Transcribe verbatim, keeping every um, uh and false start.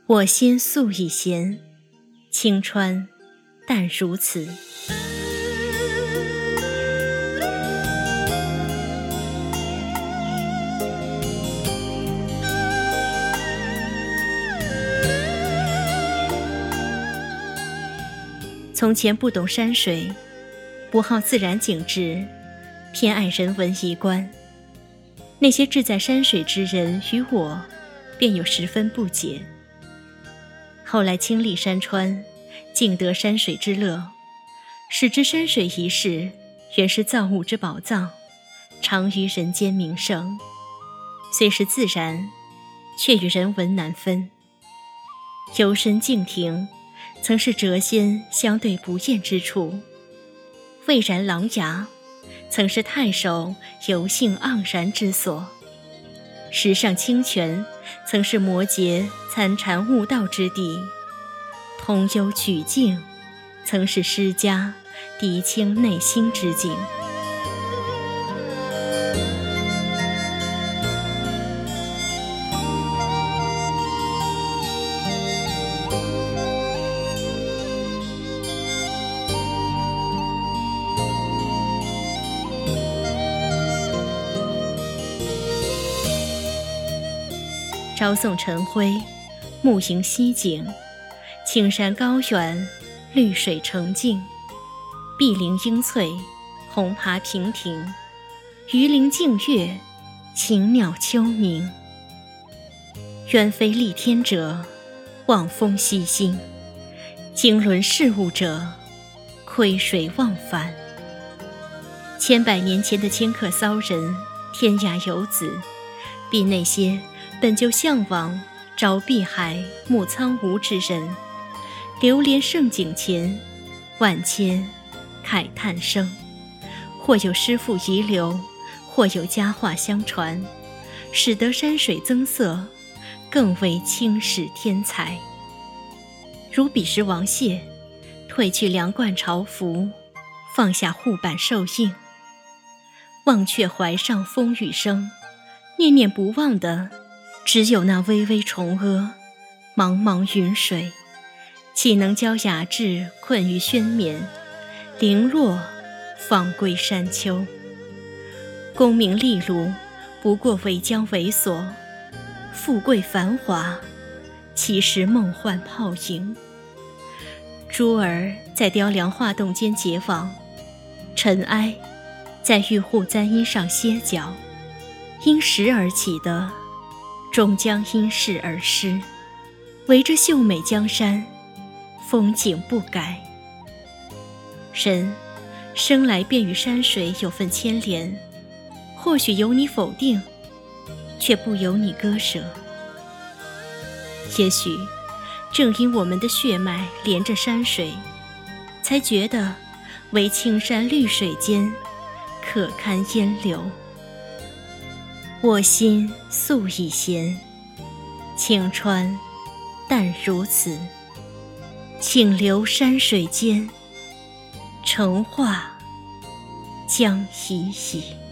我心素已闲，清川淡如此。从前不懂山水，不好自然景致，偏爱人文一观。那些志在山水之人与我，便有十分不解。后来亲历山川，尽得山水之乐，始知山水一事，原是造物之宝藏，常于人间名胜。虽是自然，却与人文难分。游身静听，曾是谪仙相对不厌之处；蔚然琅琊，曾是太守游兴盎然之所；石上清泉，曾是摩诘参禅悟道之地；通幽曲径，曾是诗家涤清内心之境。朝送晨晖，暮迎西景，青山高远，绿水澄净，碧林英翠，红爬平庭，鱼鳞净月，禽鸟秋鸣。鸢飞戾天者，望风息心；经纶事物者，窥水忘返。千百年前的迁客骚人，天涯游子，比那些本就向往朝碧海暮苍梧之人，流连盛景前，万千慨叹声。或有诗赋遗留，或有佳话相传，使得山水增色，更为轻视天才。如彼时王谢，褪去凉冠朝服，放下护板受印，忘却怀上风雨声，念念不忘的只有那巍巍崇阿，茫茫云水，岂能教雅致困于轩冕，零落放归山丘。功名利禄，不过为将猥琐；富贵繁华，其实梦幻泡影。珠儿在雕梁画栋间结网，尘埃在玉户簪衣上歇脚。因时而起的，终将因势而失。围着秀美江山，风景不改。人生来便与山水有份牵连，或许由你否定，却不由你割舍。也许正因我们的血脉连着山水，才觉得唯青山绿水间，可堪烟流。我心素已闲，清川淡如此。请留山水间，成画将已矣。